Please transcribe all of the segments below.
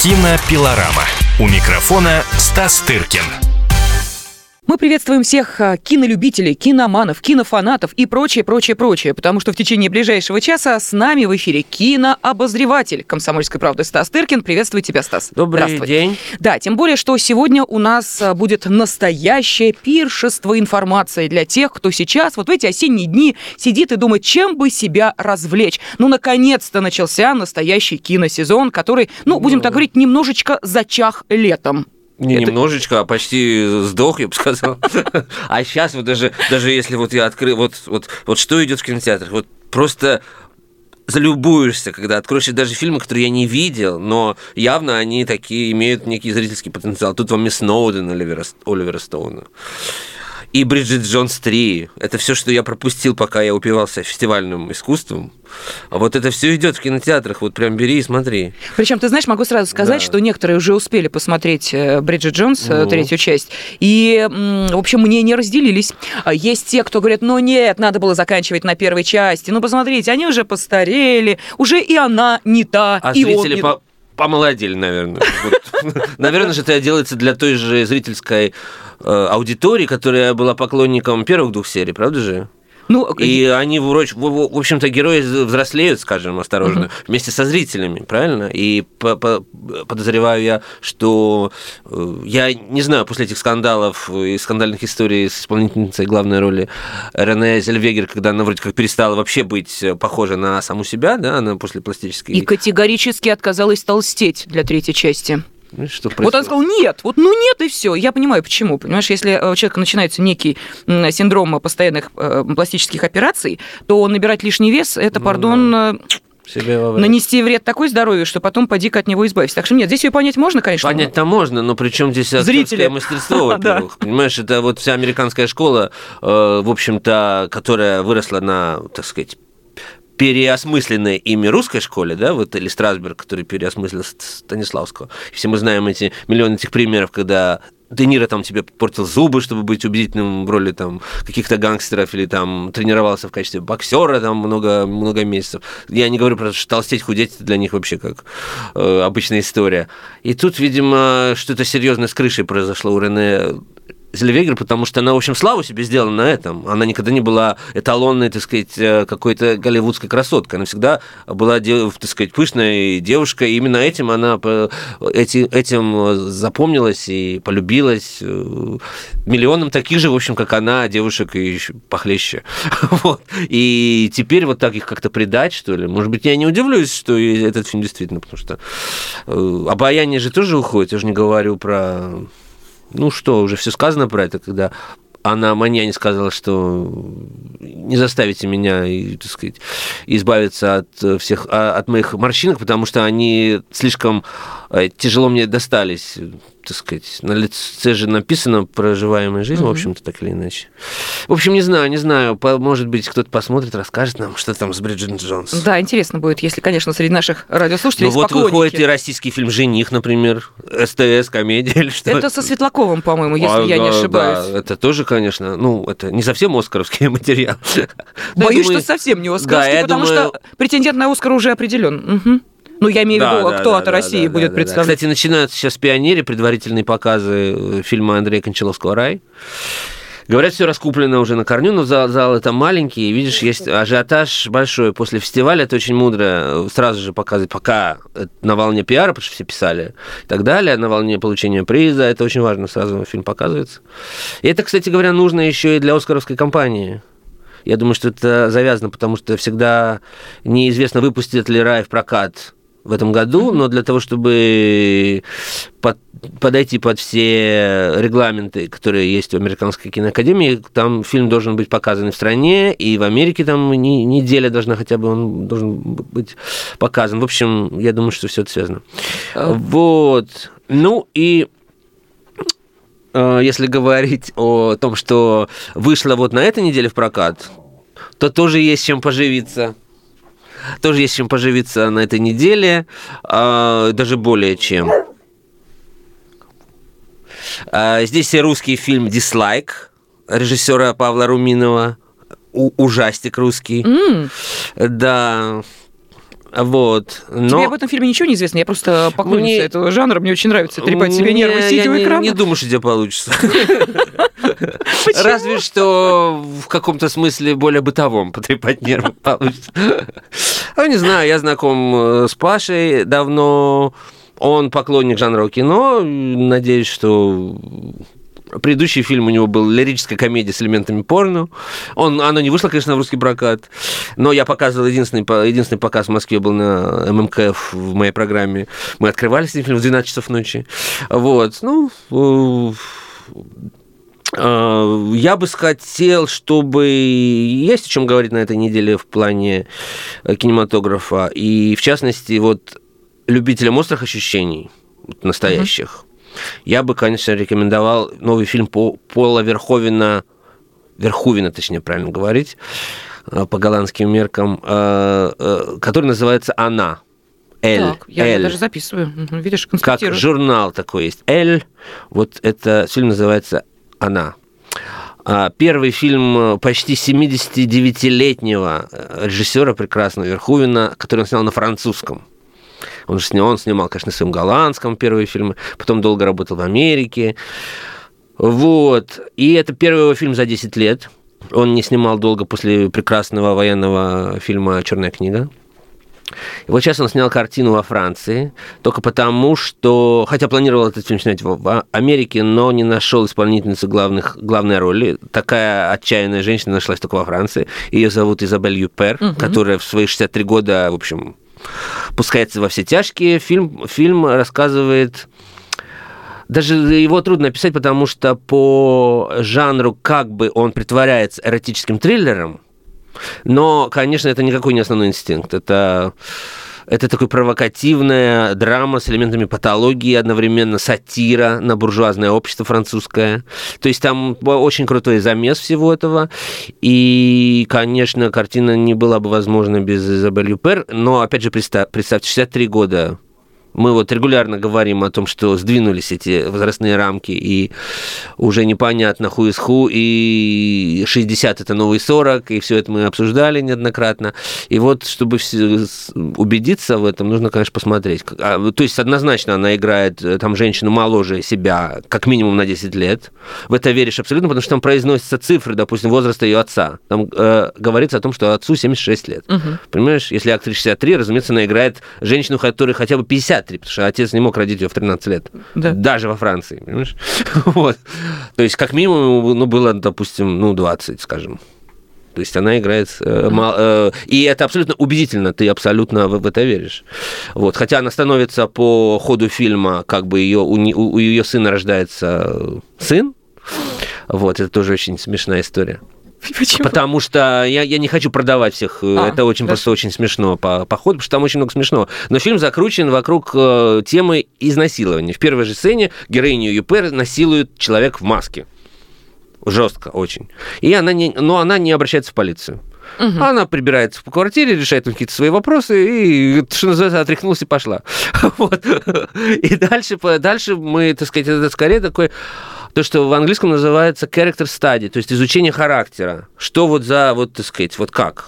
Кинопилорама. У микрофона Стас Тыркин. Мы приветствуем всех кинолюбителей, киноманов, кинофанатов и прочее, потому что в течение ближайшего часа с нами в эфире кинообозреватель «Комсомольской правды» Стас Тыркин. Приветствую тебя, Стас. Добрый день. Да, тем более, что сегодня у нас будет настоящее пиршество информации для тех, кто сейчас, вот в эти осенние дни, сидит и думает, чем бы себя развлечь. Ну, наконец-то начался настоящий киносезон, который, будем так говорить, немножечко зачах летом. Не немножечко, а почти сдох, я бы сказал. А сейчас вот даже если вот я открыл, вот что идет в кинотеатрах, вот просто залюбуешься, когда откроешь даже фильмы, которые я не видел, но явно они такие имеют некий зрительский потенциал. Тут вам и Сноуден Оливера Стоуна, и Бриджит Джонс 3. Это все, что я пропустил, пока я упивался фестивальным искусством. А вот это все идет в кинотеатрах. Вот прям бери и смотри. Причем, ты знаешь, могу сразу сказать, что некоторые уже успели посмотреть Бриджит Джонс, третью часть. И, в общем, мнения разделились. Есть те, кто говорят, нет, надо было заканчивать на первой части. Посмотрите, они уже постарели, уже и она не та, а и зрители он не... помолодели, наверное. Наверное же, это делается для той же зрительской аудитории, которая была поклонником первых двух серий, правда же? И они, в общем-то, герои взрослеют, скажем, осторожно, вместе со зрителями, правильно? И подозреваю я, что я не знаю, после этих скандалов и скандальных историй с исполнительницей главной роли Рене Зельвегер, когда она вроде как перестала вообще быть похожа на саму себя, да, она после пластической... И категорически отказалась толстеть для третьей части. Что вот он сказал, нет, нет, и все. Я понимаю, почему. Понимаешь, если у человека начинается некий синдром постоянных пластических операций, то набирать лишний вес, это, нанести вред такой здоровью, что потом поди-ка от него избавься. Так что нет, здесь ее понять можно, конечно. Понять-то можно, но при чем здесь актерское мастерство, во-первых. Понимаешь, это вот вся американская школа, в общем-то, которая выросла на, так сказать, переосмысленной ими русской школе, да, вот или Страсберг, который переосмыслил Станиславского. Все мы знаем эти миллионы этих примеров, когда Де Ниро там тебе портил зубы, чтобы быть убедительным в роли там каких-то гангстеров, или там тренировался в качестве боксера там много месяцев. Я не говорю про то, что толстеть, худеть, это для них вообще как обычная история. И тут, видимо, что-то серьезное с крышей произошло у Рене Зельвегер, потому что она, в общем, славу себе сделала на этом. Она никогда не была эталонной, так сказать, какой-то голливудской красоткой. Она всегда была, так сказать, пышной девушкой. И именно этим она этим запомнилась и полюбилась миллионам таких же, в общем, как она, девушек и еще похлеще. Вот. И теперь вот так их как-то предать, что ли. Может быть, я не удивлюсь, что этот фильм действительно, потому что обаяние же тоже уходит. Я же не говорю про... уже все сказано про это, когда Анна Маньяни сказала, что не заставите меня, так сказать, избавиться от моих морщинок, потому что они слишком тяжело мне достались, так сказать. На лице же написано «проживаемая жизнь», в общем-то, так или иначе. В общем, не знаю. Может быть, кто-то посмотрит, расскажет нам, что там с Бриджит Джонс. Да, интересно будет, если, конечно, среди наших радиослушателей есть поклонники. Выходит и российский фильм «Жених», например, СТС, комедия или что. Это со Светлаковым, по-моему, если я не ошибаюсь. Да, это тоже, конечно, это не совсем оскаровский материал. Боюсь, что совсем не оскаровский, потому что претендент на Оскар уже определен. Я имею в виду, кто от России будет представлять. Кстати, начинаются сейчас в «Пионере» предварительные показы фильма Андрея Кончаловского «Рай». Говорят, все раскуплено уже на корню, но залы там маленькие, видишь, есть ажиотаж большой после фестиваля, это очень мудро сразу же показывать, пока на волне пиара, потому что все писали и так далее, на волне получения приза, это очень важно, сразу фильм показывается. И это, кстати говоря, нужно еще и для оскаровской кампании. Я думаю, что это завязано, потому что всегда неизвестно, выпустит ли «Рай» в прокат в этом году, но для того, чтобы подойти под все регламенты, которые есть у Американской киноакадемии, там фильм должен быть показан в стране, и в Америке там неделя должна хотя бы, он должен быть показан. В общем, я думаю, что все это связано. Вот. И если говорить о том, что вышло вот на этой неделе в прокат, то тоже есть чем поживиться. Тоже есть чем поживиться на этой неделе, даже более чем. Здесь и русский фильм «Дизлайк» режиссера Павла Руминова, ужастик русский. Да. Вот. Но... Тебе об этом фильме ничего не известно? Я просто поклонница этого жанра, мне очень нравится трепать себе нервы, сидя у экрана. Я не думаю, что тебе получится. Разве что в каком-то смысле более бытовом потрепать нервы получится. Не знаю, я знаком с Пашей давно, он поклонник жанра кино, надеюсь, что... Предыдущий фильм у него был лирическая комедия с элементами порно. Оно не вышло, конечно, в русский прокат, но я показывал единственный показ в Москве был на ММКФ в моей программе. Мы открывали с ним фильм в 12 часов ночи. Вот. Я бы хотел, чтобы... Есть о чем говорить на этой неделе в плане кинематографа. И, в частности, вот любителям острых ощущений, настоящих, я бы, конечно, рекомендовал новый фильм Пола Верховена, точнее, правильно говорить, по голландским меркам, который называется «Она». Так, я даже записываю. Видишь, конспектирую. Как журнал такой есть. «Эль». Вот это фильм называется «Она». Первый фильм почти 79-летнего режиссера прекрасного Верховена, который он снял на французском. Он снимал, конечно, на своем голландском первые фильмы, потом долго работал в Америке. Вот. И это первый его фильм за 10 лет. Он не снимал долго после прекрасного военного фильма «Черная книга». И вот сейчас он снял картину во Франции, только потому, что... Хотя планировал этот фильм снять в Америке, но не нашел исполнительницу главной роли. Такая отчаянная женщина нашлась только во Франции. Ее зовут Изабель Юпер, которая в свои 63 года, в общем... пускается во все тяжкие. Фильм рассказывает... Даже его трудно описать, потому что по жанру как бы он притворяется эротическим триллером, но, конечно, это никакой не основной инстинкт. Это такой провокативная драма с элементами патологии, одновременно сатира на буржуазное общество французское. То есть там очень крутой замес всего этого. И, конечно, картина не была бы возможна без Изабель Юпер. Но, опять же, представьте, 63 года. Мы вот регулярно говорим о том, что сдвинулись эти возрастные рамки, и уже непонятно who is who, и 60 – это новый 40, и все это мы обсуждали неоднократно. И вот, чтобы убедиться в этом, нужно, конечно, посмотреть. То есть, однозначно она играет там женщину моложе себя, как минимум на 10 лет. В это веришь абсолютно, потому что там произносятся цифры, допустим, возраста ее отца. Там говорится о том, что отцу 76 лет. Понимаешь? Если актрисе 63, разумеется, она играет женщину, которой хотя бы 50, потому что отец не мог родить ее в 13 лет. Да. Даже во Франции, понимаешь? Вот. То есть, как минимум, было, допустим, 20, скажем. То есть, она играет... и это абсолютно убедительно, ты абсолютно в это веришь. Вот. Хотя она становится по ходу фильма, как бы у ее сына рождается сын. Вот. Это тоже очень смешная история. Почему? Потому что я не хочу продавать всех. Это очень просто очень смешно по ходу, потому что там очень много смешного. Но фильм закручен вокруг темы изнасилования. В первой же сцене героиню Юпер насилует человек в маске. Жестко очень. И она не обращается в полицию. Она прибирается по квартире, решает какие-то свои вопросы и, что называется, отряхнулась и пошла. Вот. И дальше мы, так сказать, это скорее такой... То, что в английском называется character study, то есть изучение характера. Что так сказать, как.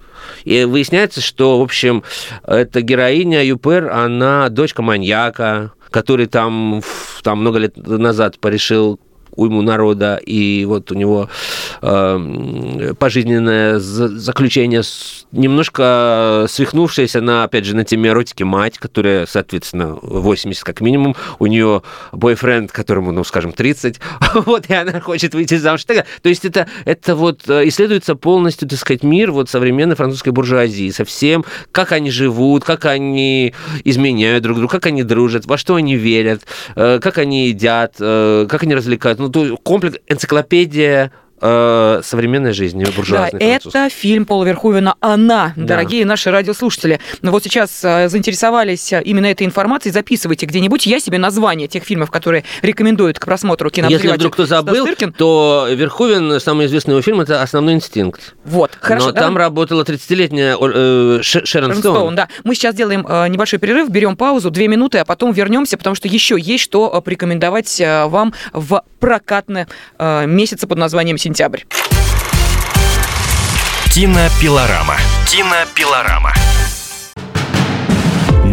И выясняется, что, в общем, эта героиня Юпер, она дочка маньяка, который там много лет назад порешил уйму народа, и вот у него пожизненное заключение, немножко свихнувшаяся опять же, на теме эротики мать, которая, соответственно, 80 как минимум, у нее бойфренд, которому, скажем, 30, вот, и она хочет выйти замуж. То есть это вот исследуется полностью, так сказать, мир вот современной французской буржуазии, со всем, как они живут, как они изменяют друг другу, как они дружат, во что они верят, как они едят, как они развлекают. Комплекс, энциклопедия современной жизни буржуазной. Да, это фильм Пола Верховена «Она», дорогие наши радиослушатели. Вот сейчас заинтересовались именно этой информацией, записывайте где-нибудь. Я себе название тех фильмов, которые рекомендуют к просмотру кинообозреватель. Если вдруг кто забыл, то Верховен, самый известный его фильм, это «Основной инстинкт». Вот, хорошо. Но там работала 30-летняя Шерон Стоун. Да. Мы сейчас делаем небольшой перерыв, берем паузу, 2 минуты, а потом вернемся, потому что еще есть что порекомендовать вам в прокатные месяцы под названием «Сентябрь». Кинопилорама. Кинопилорама.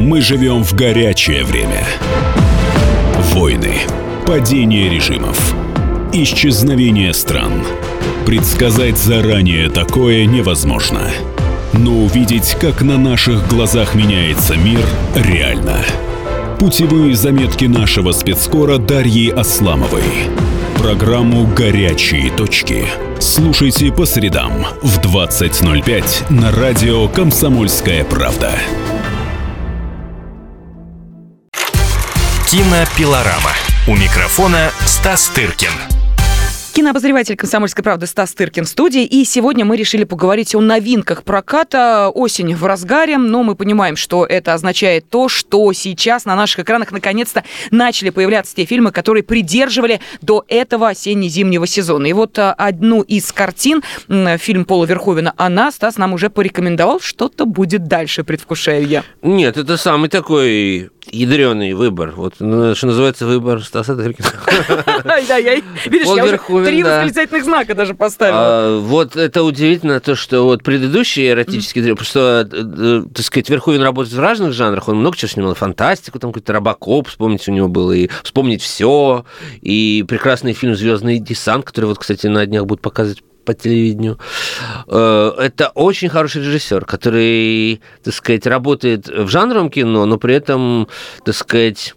Мы живем в горячее время. Войны, падение режимов, исчезновение стран. Предсказать заранее такое невозможно. Но увидеть, как на наших глазах меняется мир, реально. Путевые заметки нашего спецкора Дарьи Асламовой. Программу «Горячие точки» слушайте по средам в 20:05 на радио «Комсомольская правда». Кинопилорама. У микрофона Стас Тыркин. Кинообозреватель «Комсомольской правды» Стас Тыркин в студии. И сегодня мы решили поговорить о новинках проката. Осень в разгаре, но мы понимаем, что это означает то, что сейчас на наших экранах наконец-то начали появляться те фильмы, которые придерживали до этого осенне-зимнего сезона. И вот одну из картин, фильм Пола Верховена «Она», Стас нам уже порекомендовал. Что-то будет дальше, предвкушаю я. Нет, это самый такой ядреный выбор. Вот, что называется, выбор Стаса Тыркина. Да, видишь, я уже 3 восклицательных знака даже поставила. Вот это удивительно, то, что вот предыдущие эротические триллеры, потому что, так сказать, Верховен работает в разных жанрах, он много чего снимал, фантастику, там какой-то Робокоп, вспомните, у него было, и «Вспомнить все», и прекрасный фильм «Звездный десант», который вот, кстати, на днях будут показывать по телевидению. Это очень хороший режиссер, который, так сказать, работает в жанровом кино, но при этом, так сказать,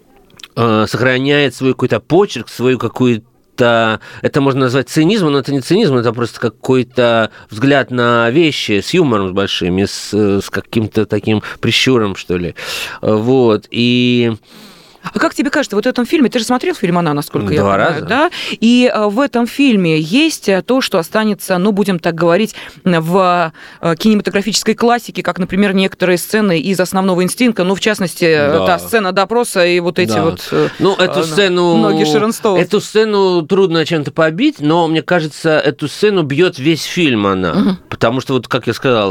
сохраняет свой какой-то почерк, свою какую-то... Это можно назвать цинизмом, но это не цинизм, это просто какой-то взгляд на вещи с юмором, с большим, с каким-то таким прищуром, что ли. Вот. И... А как тебе кажется, вот в этом фильме, ты же смотрел фильм «Она», насколько я 2 понимаю, раза. да? И в этом фильме есть то, что останется, ну, будем так говорить, в кинематографической классике, как, например, некоторые сцены из «Основного инстинкта», ну, в частности, та сцена допроса и вот эти вот эту сцену, ноги Шерон Стоун. Эту сцену трудно чем-то побить, но, мне кажется, эту сцену бьет весь фильм она. Потому что, вот, как я сказал,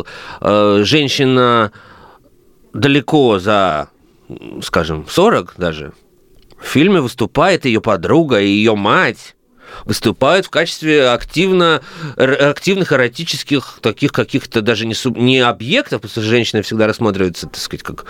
женщина далеко за... скажем, 40 даже, в фильме выступает ее подруга и ее мать, выступают в качестве активных эротических таких каких-то даже не объектов, потому что женщина всегда рассматривается, так сказать, как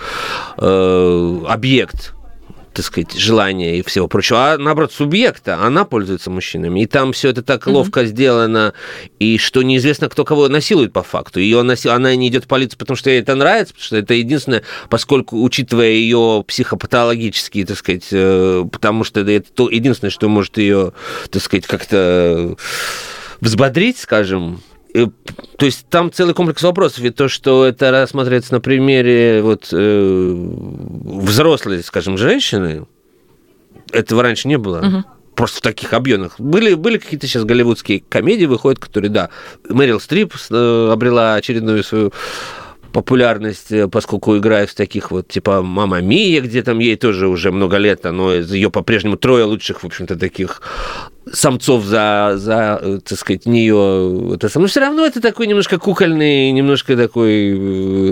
объект, так сказать, желания и всего прочего, а наоборот, субъекта, она пользуется мужчинами. И там все это так ловко сделано, и что неизвестно, кто кого насилует по факту. Она не идет в полицию, потому что ей это нравится, потому что это единственное, поскольку, учитывая ее психопатологические, так сказать, потому что это то единственное, что может ее, так сказать, как-то взбодрить, скажем. То есть там целый комплекс вопросов, и то, что это рассматривается на примере вот, взрослой, скажем, женщины, этого раньше не было. Просто в таких объемах. Были какие-то сейчас голливудские комедии выходят, которые, да, Мэрил Стрип обрела очередную свою популярность, поскольку играет в таких вот, типа «Мамма Мия», где там ей тоже уже много лет, но ее по-прежнему 3 лучших, в общем-то, таких самцов за так сказать, нее. Но все равно это такой немножко кукольный, немножко такой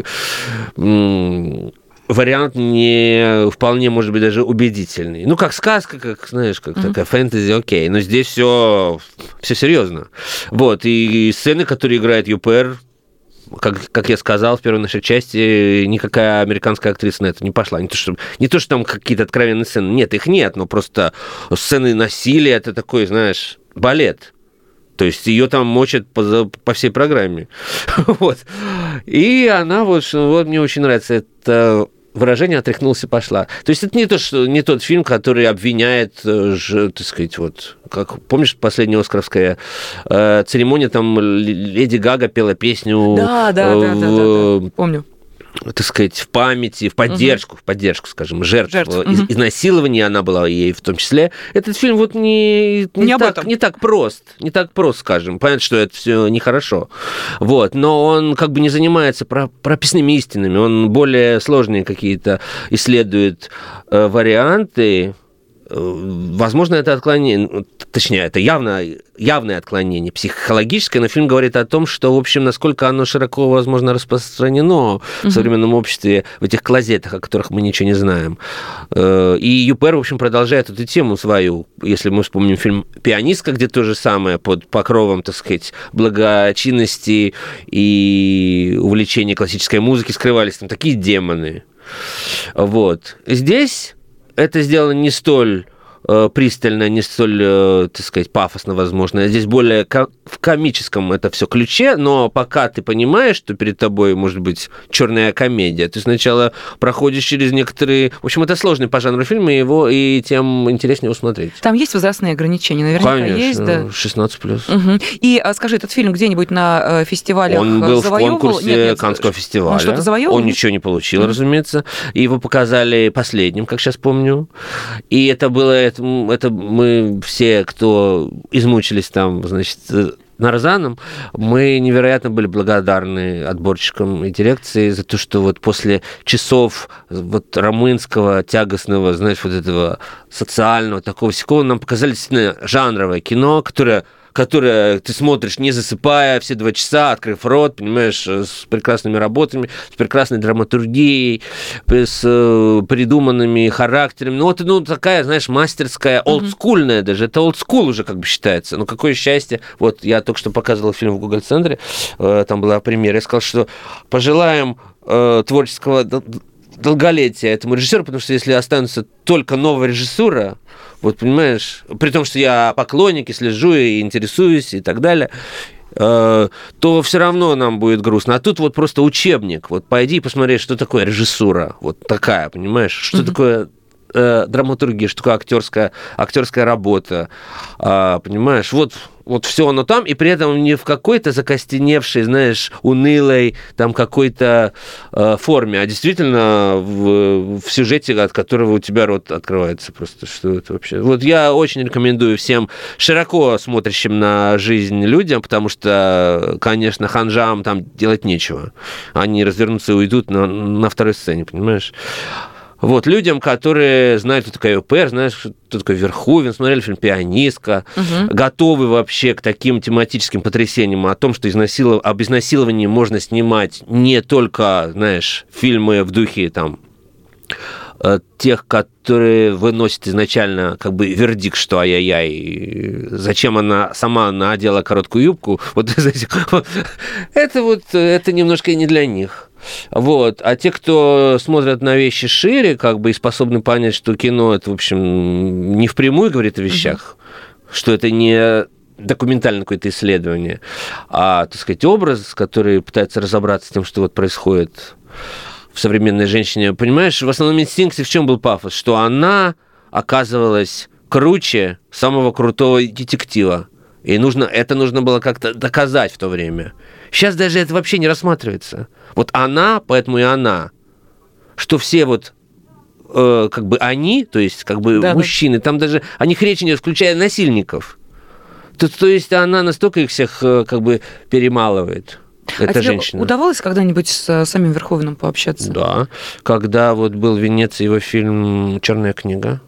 вариант не вполне, может быть, даже убедительный. Ну, как сказка, как, знаешь, как такая фэнтези, окей. Но здесь все серьезно. Вот, и сцены, которые играет ЮПР, как я сказал в первой нашей части, никакая американская актриса на это не пошла. Не то, что там какие-то откровенные сцены. Нет, их нет, но просто сцены насилия, это такой, знаешь, балет. То есть ее там мочат по всей программе. Вот. И она вот мне очень нравится это выражение «отряхнулся, пошла». То есть это не тот фильм, который обвиняет, так сказать, вот, как, помнишь, последняя оскаровская церемония, там Леди Гага пела песню... Да, помню. Так сказать, в памяти, в поддержку, скажем, жертв. Изнасилования она была ей в том числе. Этот фильм вот не так прост, скажем. Понятно, что это все нехорошо. Вот. Но он как бы не занимается прописными истинами, он более сложные какие-то исследует варианты. Возможно, это отклонение, точнее, это явное отклонение психологическое, но фильм говорит о том, что, в общем, насколько оно широко, возможно, распространено в современном обществе, в этих клозетах, о которых мы ничего не знаем. И ЮПР, в общем, продолжает эту тему свою. Если мы вспомним фильм «Пианистка», где то же самое, под покровом, так сказать, благочинности и увлечения классической музыки скрывались там такие демоны. Вот. Здесь это сделано не столь пристально, не столь, так сказать, пафосно, возможно. Здесь более в комическом это все ключе, но пока ты понимаешь, что перед тобой может быть черная комедия, ты сначала проходишь через некоторые... В общем, это сложный по жанру фильм, и тем интереснее его смотреть. Там есть возрастные ограничения? Наверняка конечно, есть, да? 16+. Угу. И скажи, этот фильм где-нибудь на фестивалях Он был завоевывал? в конкурсе Каннского фестиваля. Он что-то завоевывал? Он ничего не получил, разумеется. И его показали последним, как сейчас помню. И это было... Это мы все, кто измучились там, значит, Нарзаном, мы невероятно были благодарны отборщикам и дирекции за то, что вот после часов вот румынского, тягостного, знаешь, вот этого социального, такого всякого, нам показали действительно жанровое кино, которое ты смотришь, не засыпая, все 2 часа, открыв рот, понимаешь, с прекрасными работами, с прекрасной драматургией, с придуманными характерами. Такая, знаешь, мастерская, олдскульная даже. Это олдскул уже как бы считается. Какое счастье. Вот я только что показывал фильм в Google-центре, там была премьера, я сказал, что пожелаем творческого долголетия этому режиссеру, потому что если останется только новая режиссура, вот понимаешь, при том, что я поклонник и слежу, и интересуюсь, и так далее, то все равно нам будет грустно. А тут вот просто учебник. Вот пойди и посмотри, что такое режиссура. Вот такая, понимаешь? Что такое драматургия, что такое актерская работа. Понимаешь? Вот все оно там, и при этом не в какой-то закостеневшей, знаешь, унылой там какой-то форме, а действительно в сюжете, от которого у тебя рот открывается просто. Что это вообще? Вот я очень рекомендую всем широко смотрящим на жизнь людям, потому что, конечно, ханжам там делать нечего. Они развернутся и уйдут на второй сцене, понимаешь? Вот, людям, которые знают, кто такая ОПР, знают, кто такой Верховен, смотрели фильм «Пианистка», готовы вообще к таким тематическим потрясениям о том, что об изнасиловании можно снимать не только, знаешь, фильмы в духе там тех, которые выносят изначально как бы вердикт, что ай-яй-яй, зачем она сама надела короткую юбку, это немножко и не для них. Вот. А те, кто смотрят на вещи шире, как бы и способны понять, что кино это, в общем, не впрямую говорит о вещах, что это не документальное какое-то исследование, а, так сказать, образ, который пытается разобраться с тем, что вот происходит в современной женщине. Понимаешь, в основном инстинкте в чем был пафос? Что она оказывалась круче самого крутого детектива. И это нужно было как-то доказать в то время. Сейчас даже это вообще не рассматривается. Вот она, поэтому и она. Что все вот как бы они, то есть как бы мужчины, там даже о них речи не идет, включая насильников. То есть она настолько их всех как бы перемалывает. Эта женщина. Удавалось когда-нибудь с самим Верховеном пообщаться? Да. Когда вот был в Венеции его фильм «Черная книга».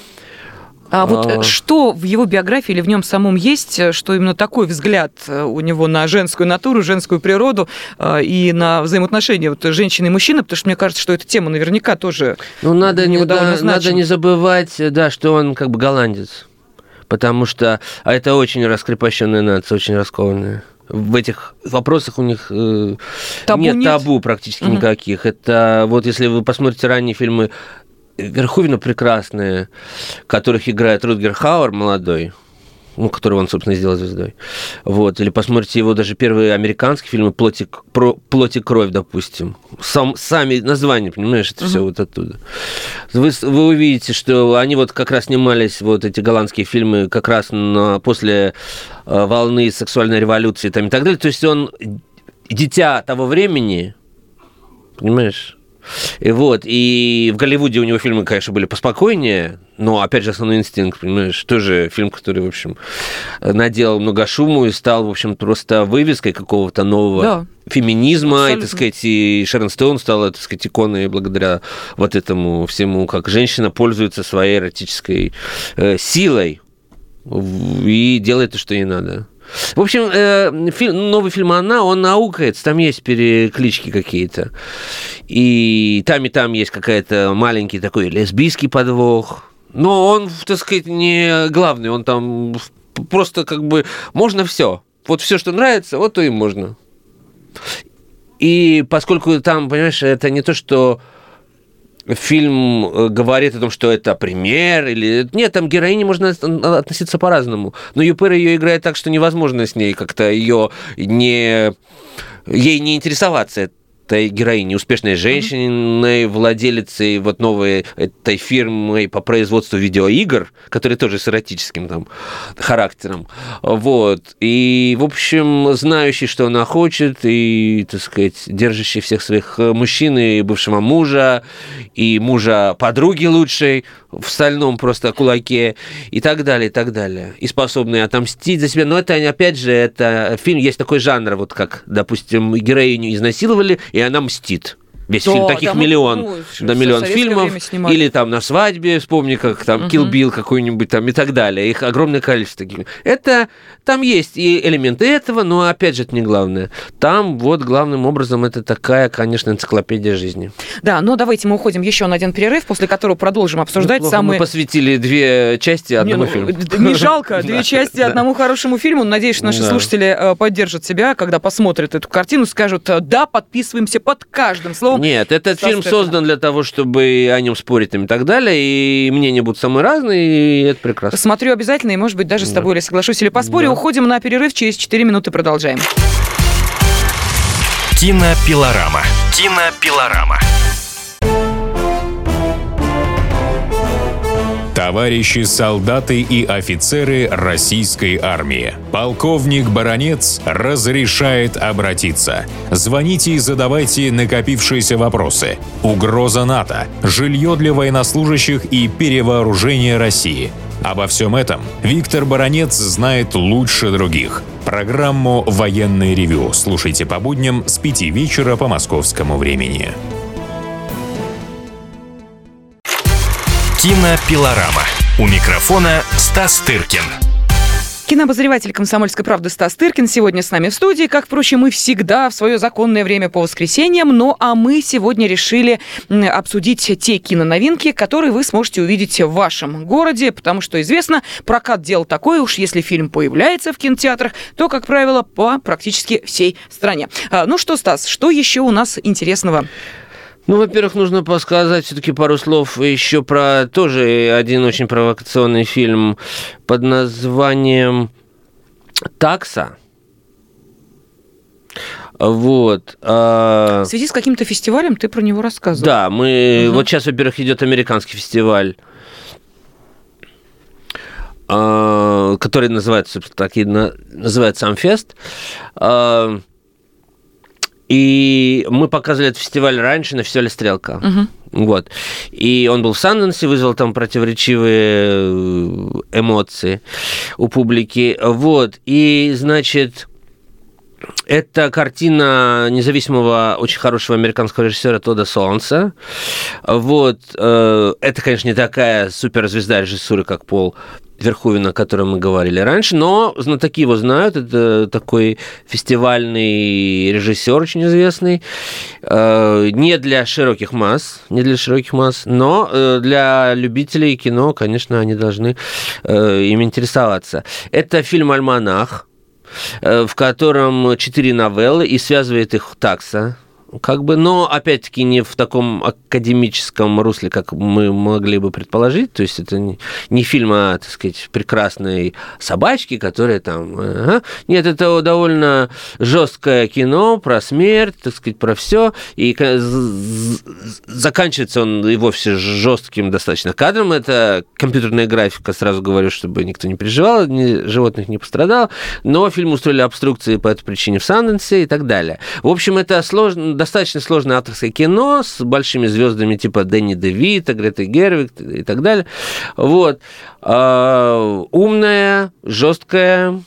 А вот что в его биографии или в нем самом есть, что именно такой взгляд у него на женскую натуру, женскую природу и на взаимоотношения вот женщины и мужчины, потому что мне кажется, что эта тема наверняка тоже надо не забывать, да, что он как бы голландец, потому что это очень раскрепощенная нация, очень раскованная. В этих вопросах у них нет табу практически никаких. Это вот если вы посмотрите ранние фильмы Верховена прекрасные, которых играет Рутгер Хауэр молодой, которого он, собственно, сделал звездой. Вот. Или посмотрите его даже первые американские фильмы «Плоть и кровь», допустим. Сами названия, понимаешь, это все вот оттуда. Вы увидите, что они вот как раз снимались, вот эти голландские фильмы, как раз после волны сексуальной революции там, и так далее. То есть он дитя того времени, понимаешь? И в Голливуде у него фильмы, конечно, были поспокойнее, но, опять же, «Основной инстинкт», понимаешь, тоже фильм, который, в общем, наделал много шуму и стал, в общем, просто вывеской какого-то нового феминизма, абсолютно. И, так сказать, и Шерон Стоун стала, так сказать, иконой благодаря вот этому всему, как женщина пользуется своей эротической силой и делает то, что ей надо. В общем, новый фильм «Она», он аукается, там есть переклички какие-то. И там есть какая-то маленький такой лесбийский подвох. Но он, так сказать, не главный, он там просто как бы можно все. Вот все, что нравится, вот то и можно. И поскольку там, понимаешь, это не то, что фильм говорит о том, что это пример, или... Нет, там героине можно относиться по-разному. Но Юпер ее играет так, что невозможно с ней как-то ей не интересоваться этой героиней, успешной женщиной, владелицей вот новой этой фирмы по производству видеоигр, которая тоже с эротическим там характером. Вот. И, в общем, знающий, что она хочет, и, так сказать, держащий всех своих мужчин, и бывшего мужа, и мужа подруги лучшей в стальном просто кулаке, и так далее, и так далее. И способный отомстить за себя. Но это, опять же, это фильм, есть такой жанр, вот как, допустим, героиню изнасиловали, и она мстит. Весь фильм, таких миллион фильмов, или там на свадьбе, вспомни, как там Kill Bill какой-нибудь там и так далее. Их огромное количество таких. Это, там есть и элементы этого, но, опять же, это не главное. Там вот главным образом это такая, конечно, энциклопедия жизни. Да, но давайте мы уходим еще на один перерыв, после которого продолжим обсуждать самые... Мы посвятили 2 части одному фильму. Не жалко, 2 части одному хорошему фильму. Надеюсь, что наши слушатели поддержат себя, когда посмотрят эту картину, скажут, да, подписываемся под каждым словом. Нет, этот фильм создан для того, чтобы о нем спорить и так далее, и мнения будут самые разные, и это прекрасно. Смотрю обязательно, и, может быть, даже с тобой или соглашусь, или поспорю. Уходим на перерыв, через 4 минуты продолжаем. Кинопилорама. Кинопилорама. Товарищи солдаты и офицеры российской армии. Полковник Баранец разрешает обратиться. Звоните и задавайте накопившиеся вопросы. Угроза НАТО, жилье для военнослужащих и перевооружение России. Обо всем этом Виктор Баранец знает лучше других. Программу «Военное ревю» слушайте по будням с 5 вечера по московскому времени. Кинопилорама. У микрофона Стас Тыркин. Кинообозреватель «Комсомольской правды» Стас Тыркин сегодня с нами в студии, как, впрочем, и всегда в свое законное время по воскресеньям. Ну, а мы сегодня решили обсудить те киноновинки, которые вы сможете увидеть в вашем городе, потому что, известно, прокат дело такое, уж если фильм появляется в кинотеатрах, то, как правило, по практически всей стране. Ну что, Стас, что еще у нас интересного? Ну, во-первых, нужно подсказать все-таки пару слов еще про тоже один очень провокационный фильм под названием «Такса». Вот. В связи с каким-то фестивалем ты про него рассказывал. Да, вот сейчас, во-первых, идет американский фестиваль, который называется, собственно, так и называется «Амфест». И мы показывали этот фестиваль раньше на фестивале «Стрелка». Вот. И он был в Санденсе, вызвал там противоречивые эмоции у публики. Вот. И, значит, это картина независимого, очень хорошего американского режиссера Тодда Солнца. Вот. Это, конечно, не такая суперзвезда режиссуры, как Пол Верховен, о котором мы говорили раньше, но знатоки его знают. Это такой фестивальный режиссер очень известный. Не для широких масс, но для любителей кино, конечно, они должны им интересоваться. Это фильм «Альманах», в котором 4 новеллы, и связывает их такса. Но, опять-таки, не в таком академическом русле, как мы могли бы предположить. То есть это не фильм о, так сказать, прекрасной собачке, которая там... Нет, это довольно жесткое кино про смерть, так сказать, про все. И заканчивается он и вовсе жестким достаточно кадром. Это компьютерная графика, сразу говорю, чтобы никто не переживал, животных не пострадало. Но фильм устроили обструкции по этой причине в Санденсе и так далее. В общем, это достаточно сложное авторское кино с большими звездами типа Дэнни Де Вита, Греты Гервиг и так далее. Вот. Умная, жесткая.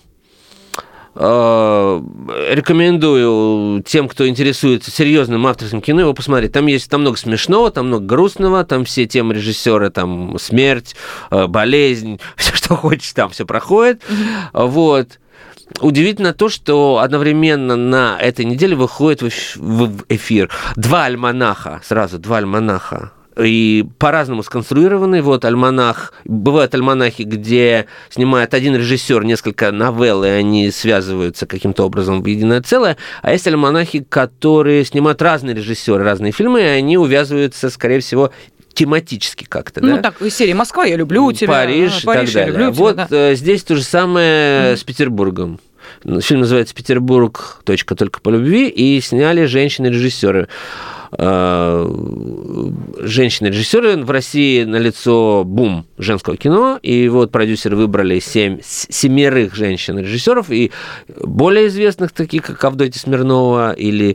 Рекомендую тем, кто интересуется серьезным авторским кино, его посмотреть. Там много смешного, там много грустного, там все темы режиссера, там смерть, болезнь, все, что хочешь, там все проходит. Вот. Удивительно то, что одновременно на этой неделе выходит в эфир 2 альманаха, сразу 2 альманаха. И по-разному сконструированы. Вот альманах. Бывают альманахи, где снимает один режиссер несколько новелл, и они связываются каким-то образом в единое целое. А есть альманахи, которые снимают разные режиссеры, разные фильмы, и они увязываются, скорее всего, тематически как-то, да? Ну, так, из серии «Москва, я люблю тебя», Париж и так далее. Я люблю вот тебя, да. Здесь то же самое с Петербургом. Фильм называется «Петербург. Только по любви», и сняли женщины-режиссеры. Женщины-режиссеры. В России налицо бум женского кино, и вот продюсеры выбрали 7 женщин-режиссеров, и более известных, таких как Авдотья Смирнова или,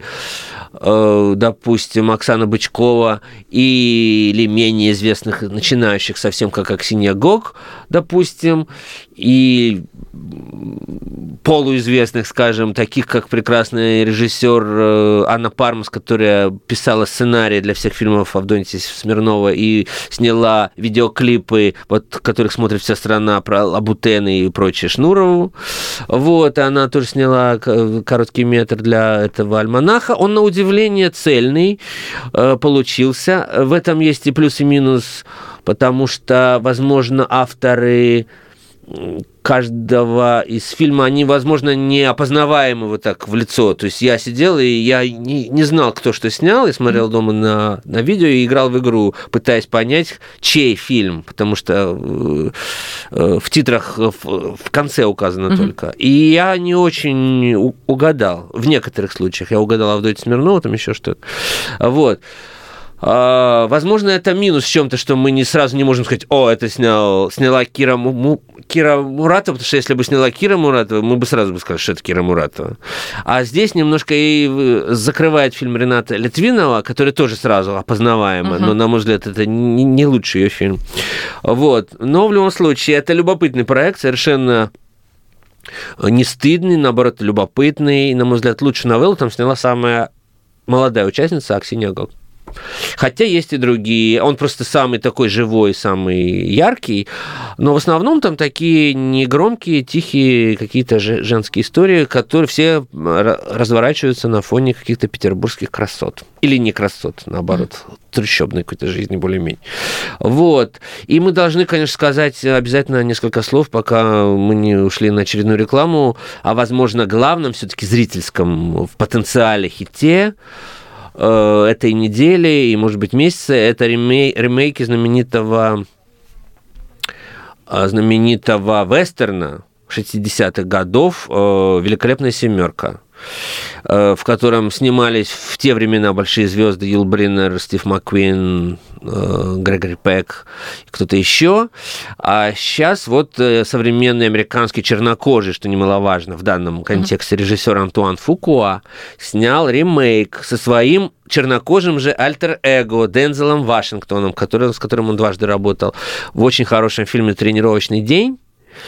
допустим, Оксана Бычкова, или менее известных начинающих совсем, как Аксинья Гог, допустим, и полуизвестных, скажем, таких как прекрасный режиссер Анна Пармас, которая писала сценарий для всех фильмов Авдотьи Смирнова и сняла видеоклипы, вот, которых смотрит вся страна, про Лабутены и прочее, Шнурову. Вот, она тоже сняла короткий метр для этого альманаха. Он, на удивление, цельный получился. В этом есть и плюс, и минус, потому что, возможно, авторы каждого из фильма, они, возможно, не опознаваемы вот так в лицо. То есть я сидел, и я не знал, кто что снял, и смотрел дома на видео и играл в игру, пытаясь понять, чей фильм, потому что в титрах в конце указано только. И я не очень угадал. В некоторых случаях я угадал Авдотью Смирнову, там еще что-то. Вот. Возможно, это минус в чем-то, что мы сразу не можем сказать, это сняла Кира Муратова, потому что если бы сняла Кира Муратова, мы бы сразу сказали, что это Кира Муратова. А здесь немножко и закрывает фильм Рената Литвинова, который тоже сразу опознаваемый, но, на мой взгляд, это не лучший ее фильм. Вот. Но в любом случае, это любопытный проект, совершенно не стыдный, наоборот, любопытный. И, на мой взгляд, лучшую новеллу там сняла самая молодая участница Аксинья Гог. Хотя есть и другие. Он просто самый такой живой, самый яркий. Но в основном там такие негромкие, тихие какие-то женские истории, которые все разворачиваются на фоне каких-то петербургских красот. Или не красот, наоборот, трущобной какой-то жизни более-менее. Вот. И мы должны, конечно, сказать обязательно несколько слов, пока мы не ушли на очередную рекламу, о, возможно, главном все-таки зрительском в потенциале хите этой недели и, может быть, месяца. Это ремейки знаменитого вестерна 60-х годов «Великолепная семерка», в котором снимались в те времена большие звезды Юл Бриннер, Стив Маккуин, Грегори Пек и кто-то еще. А сейчас вот современный американский чернокожий, что немаловажно в данном контексте, режиссер Антуан Фукуа снял ремейк со своим чернокожим же альтер-эго Дензелом Вашингтоном, с которым он дважды работал в очень хорошем фильме «Тренировочный день».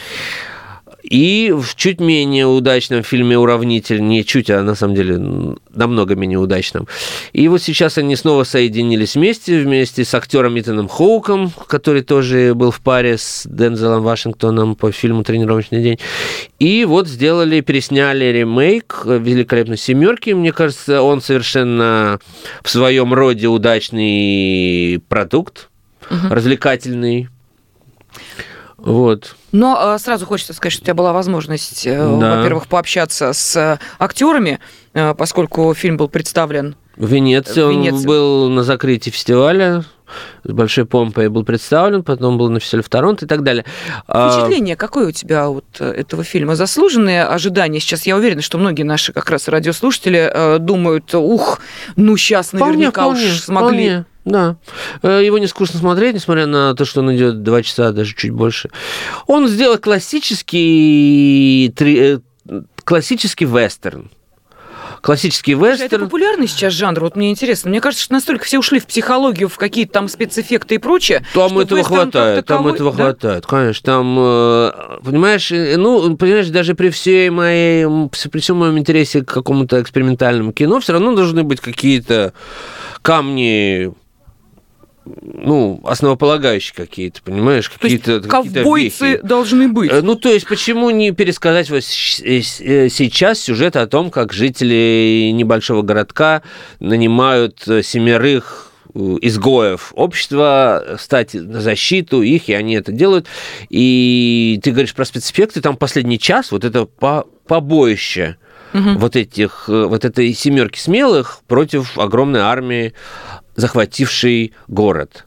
И в чуть менее удачном фильме «Уравнитель», не чуть, а на самом деле намного менее удачном. И вот сейчас они снова соединились вместе с актером Итаном Хоуком, который тоже был в паре с Дензелом Вашингтоном по фильму «Тренировочный день». И вот пересняли ремейк «Великолепной семерки». Мне кажется, он совершенно в своем роде удачный продукт, развлекательный. Вот. Но сразу хочется сказать, что у тебя была возможность, во-первых, пообщаться с актерами, поскольку фильм был представлен в Венеции. Он был на закрытии фестиваля, с большой помпой был представлен, потом был на фестивале в Торонто и так далее. Впечатление какое у тебя от этого фильма? Заслуженные ожидания? Сейчас я уверена, что многие наши как раз радиослушатели думают, сейчас наверняка уж смогли... Вполне. Да. Его не скучно смотреть, несмотря на то, что он идет 2 часа, даже чуть больше. Он сделал классический вестерн. Классический вестерн. Это популярный сейчас жанр? Вот мне интересно. Мне кажется, что настолько все ушли в психологию, в какие-то там спецэффекты и прочее. Там этого хватает, хватает. Конечно, там, понимаешь, даже при всем моем интересе к какому-то экспериментальному кино, все равно должны быть какие-то камни, основополагающие какие-то, понимаешь? Какие-то ковбойцы вехи должны быть. То есть, почему не пересказать сейчас сюжет о том, как жители небольшого городка нанимают 7 изгоев общества стать на защиту их, и они это делают. И ты говоришь про спецэффекты, там последний час, вот это побоище вот этой 7 смелых против огромной армии, захватившей город.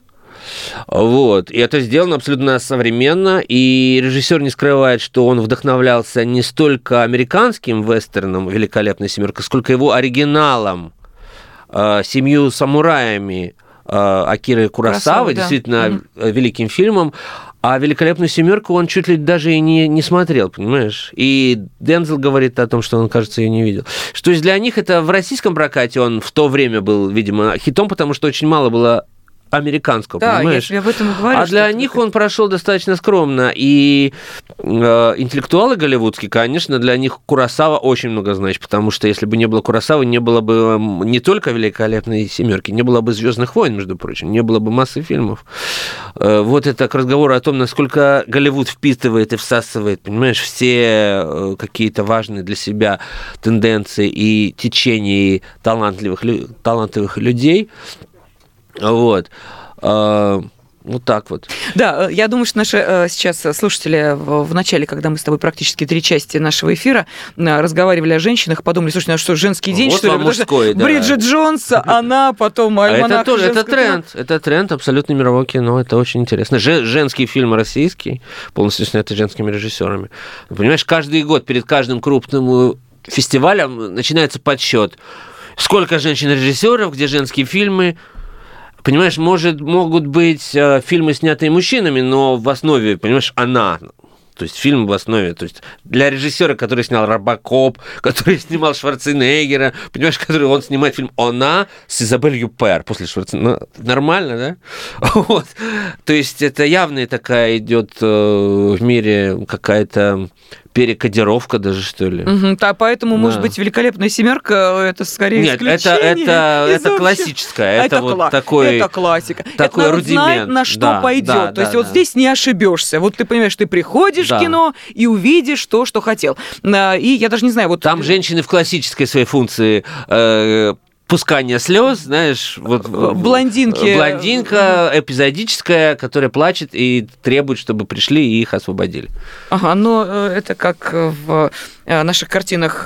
Вот. И это сделано абсолютно современно, и режиссер не скрывает, что он вдохновлялся не столько американским вестерном «Великолепная семерка», сколько его оригиналом «Семью самураями» Акиры Куросавы, действительно великим фильмом. А «Великолепную семерку» он чуть ли даже и не смотрел, понимаешь? И Дензел говорит о том, что он, кажется, ее не видел. То есть для них это в российском прокате он в то время был, видимо, хитом, потому что очень мало было американского, понимаешь? Да, я об этом и говорю. А для них он прошел достаточно скромно. И интеллектуалы голливудские, конечно, для них Куросава очень много значит, потому что если бы не было Куросавы, не было бы не только «Великолепной семерки», не было бы «Звездных войн», между прочим, не было бы массы фильмов. Вот это к разговору о том, насколько Голливуд впитывает и всасывает, понимаешь, все какие-то важные для себя тенденции и течения талантливых людей. Вот. Вот так вот. Да, я думаю, что наши сейчас слушатели в начале, когда мы с тобой практически 3 части нашего эфира разговаривали о женщинах, подумали, слушай, ну что, женский день, вот что ли? Мужской, да. Бриджит Джонс, она, потом альманах. Это тоже, это тренд абсолютно мирового кино, это очень интересно. Женский фильм российский, полностью снятый женскими режиссерами. Понимаешь, каждый год перед каждым крупным фестивалем начинается подсчет. Сколько женщин-режиссеров, где женские фильмы. Понимаешь, могут быть фильмы, снятые мужчинами, но в основе, понимаешь, она. То есть фильм в основе. То есть для режиссера, который снял «Робокоп», который снимал Шварценеггера, понимаешь, который он снимает фильм «Она» с Изабель Юппер после Шварценеггера. Нормально, да? Вот. То есть это явная такая идет в мире какая-то перекодировка даже, что ли. Да, поэтому, может быть, «Великолепная семерка» это скорее исключение. Нет, это классическое. Это вот такой... Это классика. Такой это рудимент. Знает, на что пойдет. То есть вот здесь не ошибешься. Вот ты понимаешь, ты приходишь в кино и увидишь то, что хотел. И я даже не знаю... вот там женщины в классической своей функции... пускание слез, знаешь, вот блондинка эпизодическая, которая плачет и требует, чтобы пришли и их освободили. Ага, но это как в наших картинах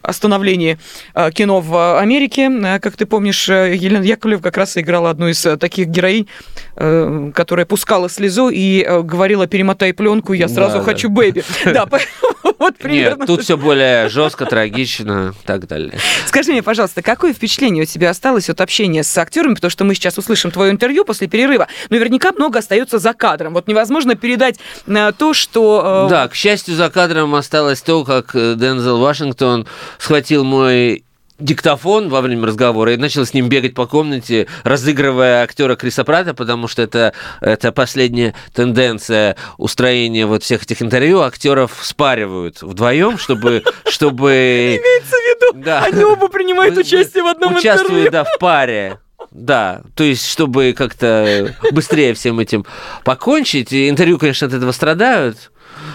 о кино в Америке. Как ты помнишь, Елена Яковлева как раз играла одну из таких героинь, которая пускала слезу и говорила: перемотай пленку, я сразу хочу бэби. Да, вот примерно. Нет, тут все более жестко, трагично и так далее. Скажи мне, пожалуйста, какое впечатление у тебя осталось от общения с актерами, потому что мы сейчас услышим твое интервью после перерыва, наверняка много остается за кадром. Вот невозможно передать то, что... Да, к счастью, за кадром осталось то, как Дензел Вашингтон схватил мой диктофон во время разговора и начал с ним бегать по комнате, разыгрывая актера Криса Пратта, потому что это последняя тенденция устроения вот всех этих интервью. Актеров спаривают вдвоем, чтобы... Имеется в виду, да. Они оба принимают участие в одном интервью. Участвуют, да, в паре. Да, то есть, чтобы как-то быстрее всем этим покончить. И интервью, конечно, от этого страдают,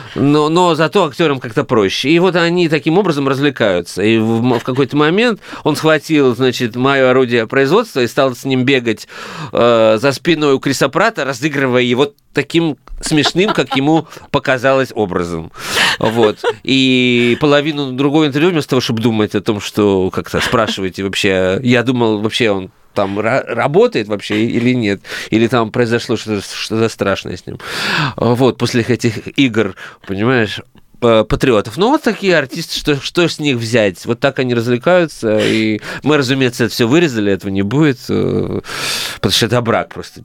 но зато актерам как-то проще. И вот они таким образом развлекаются. И в какой-то момент он схватил, значит, мое орудие производства и стал с ним бегать за спиной у Криса Пратта, разыгрывая его таким смешным, как ему показалось, образом. Вот. И половину другого интервью, вместо того, чтобы думать о том, что как-то спрашиваете вообще, я думал, вообще он там работает вообще или нет, или там произошло что-то страшное с ним. Вот, после этих игр, понимаешь, патриотов. Ну, вот такие артисты, что с них взять? Вот так они развлекаются, и мы, разумеется, это все вырезали, этого не будет, потому что это брак просто.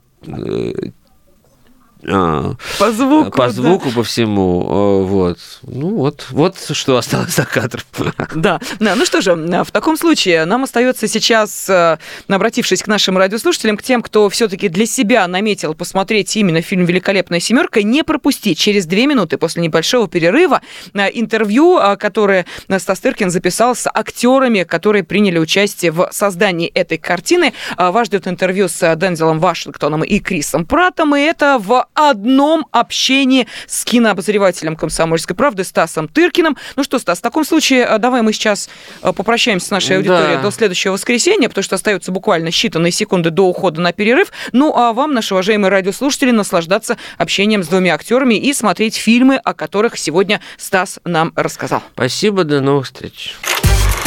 По звуку, по всему. Вот. Ну, вот что осталось за кадром. Да. Ну что же, в таком случае нам остается сейчас, обратившись к нашим радиослушателям, к тем, кто все-таки для себя наметил посмотреть именно фильм «Великолепная семерка», не пропустить через 2 минуты после небольшого перерыва интервью, которое Стас Тыркин записал с актерами, которые приняли участие в создании этой картины. Вас ждет интервью с Дензелом Вашингтоном и Крисом Праттом, и это в одном общении с кинообозревателем «Комсомольской правды» Стасом Тыркиным. Ну что, Стас, в таком случае давай мы сейчас попрощаемся с нашей аудиторией до следующего воскресенья, потому что остаются буквально считанные секунды до ухода на перерыв. Ну а вам, наши уважаемые радиослушатели, наслаждаться общением с 2 актерами и смотреть фильмы, о которых сегодня Стас нам рассказал. Спасибо, до новых встреч.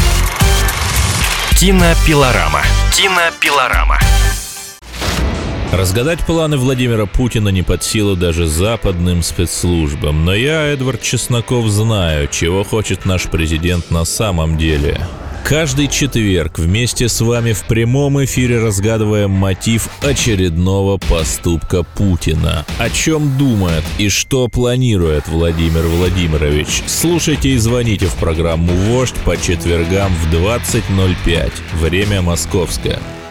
Кинопилорама. Кинопилорама. Разгадать планы Владимира Путина не под силу даже западным спецслужбам. Но я, Эдвард Чесноков, знаю, чего хочет наш президент на самом деле. Каждый четверг вместе с вами в прямом эфире разгадываем мотив очередного поступка Путина. О чем думает и что планирует Владимир Владимирович? Слушайте и звоните в программу «Вождь» по четвергам в 20:05. Время московское.